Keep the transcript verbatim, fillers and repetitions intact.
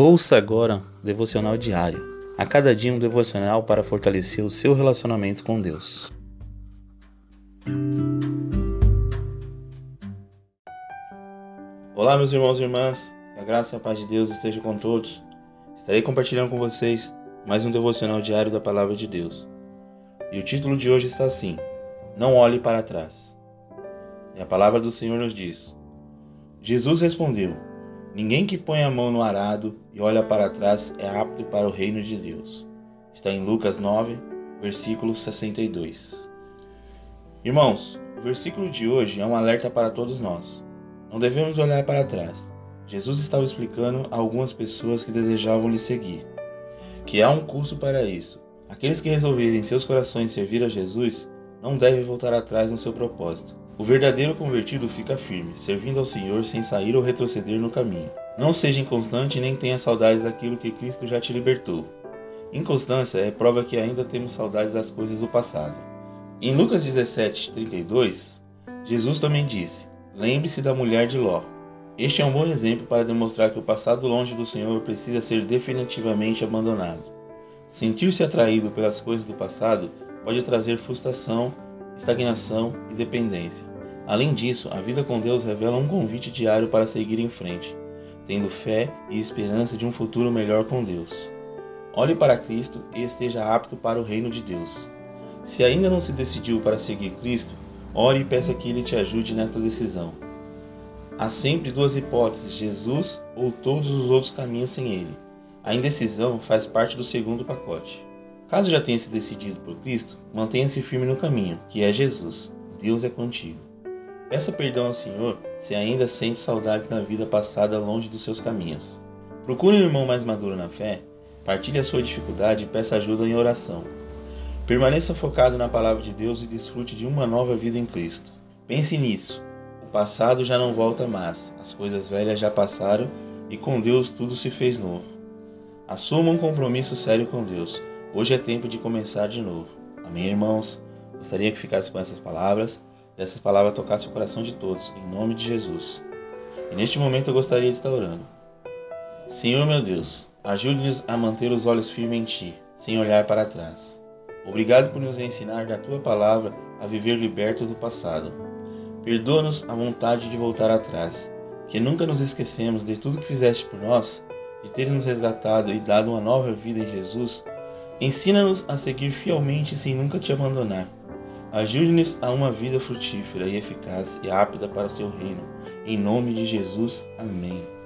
Ouça agora o devocional diário. A cada dia um devocional para fortalecer o seu relacionamento com Deus. Olá, meus irmãos e irmãs, que a graça e a paz de Deus esteja com todos. Estarei compartilhando com vocês mais um devocional diário da Palavra de Deus. E o título de hoje está assim: Não olhe para trás. E a palavra do Senhor nos diz: Jesus respondeu: Ninguém que põe a mão no arado e olha para trás é apto para o reino de Deus. Está em Lucas nove, versículo sessenta e dois. Irmãos, o versículo de hoje é um alerta para todos nós. Não devemos olhar para trás. Jesus estava explicando a algumas pessoas que desejavam lhe seguir que há um custo para isso. Aqueles que resolverem em seus corações servir a Jesus não devem voltar atrás no seu propósito. O verdadeiro convertido fica firme, servindo ao Senhor sem sair ou retroceder no caminho. Não seja inconstante nem tenha saudades daquilo que Cristo já te libertou. Inconstância é prova que ainda temos saudades das coisas do passado. Em Lucas dezessete, trinta e dois, Jesus também disse: Lembre-se da mulher de Ló. Este é um bom exemplo para demonstrar que o passado longe do Senhor precisa ser definitivamente abandonado. Sentir-se atraído pelas coisas do passado pode trazer frustração, estagnação e dependência. Além disso, a vida com Deus revela um convite diário para seguir em frente, tendo fé e esperança de um futuro melhor com Deus. Olhe para Cristo e esteja apto para o reino de Deus. Se ainda não se decidiu para seguir Cristo, ore e peça que Ele te ajude nesta decisão. Há sempre duas hipóteses: Jesus ou todos os outros caminhos sem Ele. A indecisão faz parte do segundo pacote. Caso já tenha se decidido por Cristo, mantenha-se firme no caminho, que é Jesus. Deus é contigo. Peça perdão ao Senhor se ainda sente saudade da vida passada longe dos seus caminhos. Procure um irmão mais maduro na fé, partilhe a sua dificuldade e peça ajuda em oração. Permaneça focado na palavra de Deus e desfrute de uma nova vida em Cristo. Pense nisso. O passado já não volta mais, as coisas velhas já passaram e com Deus tudo se fez novo. Assuma um compromisso sério com Deus. Hoje é tempo de começar de novo. Amém, irmãos? Gostaria que ficasse com essas palavras e essas palavras tocassem o coração de todos, em nome de Jesus. E neste momento eu gostaria de estar orando. Senhor meu Deus, ajude-nos a manter os olhos firmes em Ti, sem olhar para trás. Obrigado por nos ensinar da Tua palavra a viver liberto do passado. Perdoa-nos a vontade de voltar atrás, que nunca nos esquecemos de tudo que fizeste por nós, de ter nos resgatado e dado uma nova vida em Jesus. Ensina-nos a seguir fielmente sem nunca Te abandonar. Ajude-nos a uma vida frutífera e eficaz e apta para o Seu reino. Em nome de Jesus. Amém.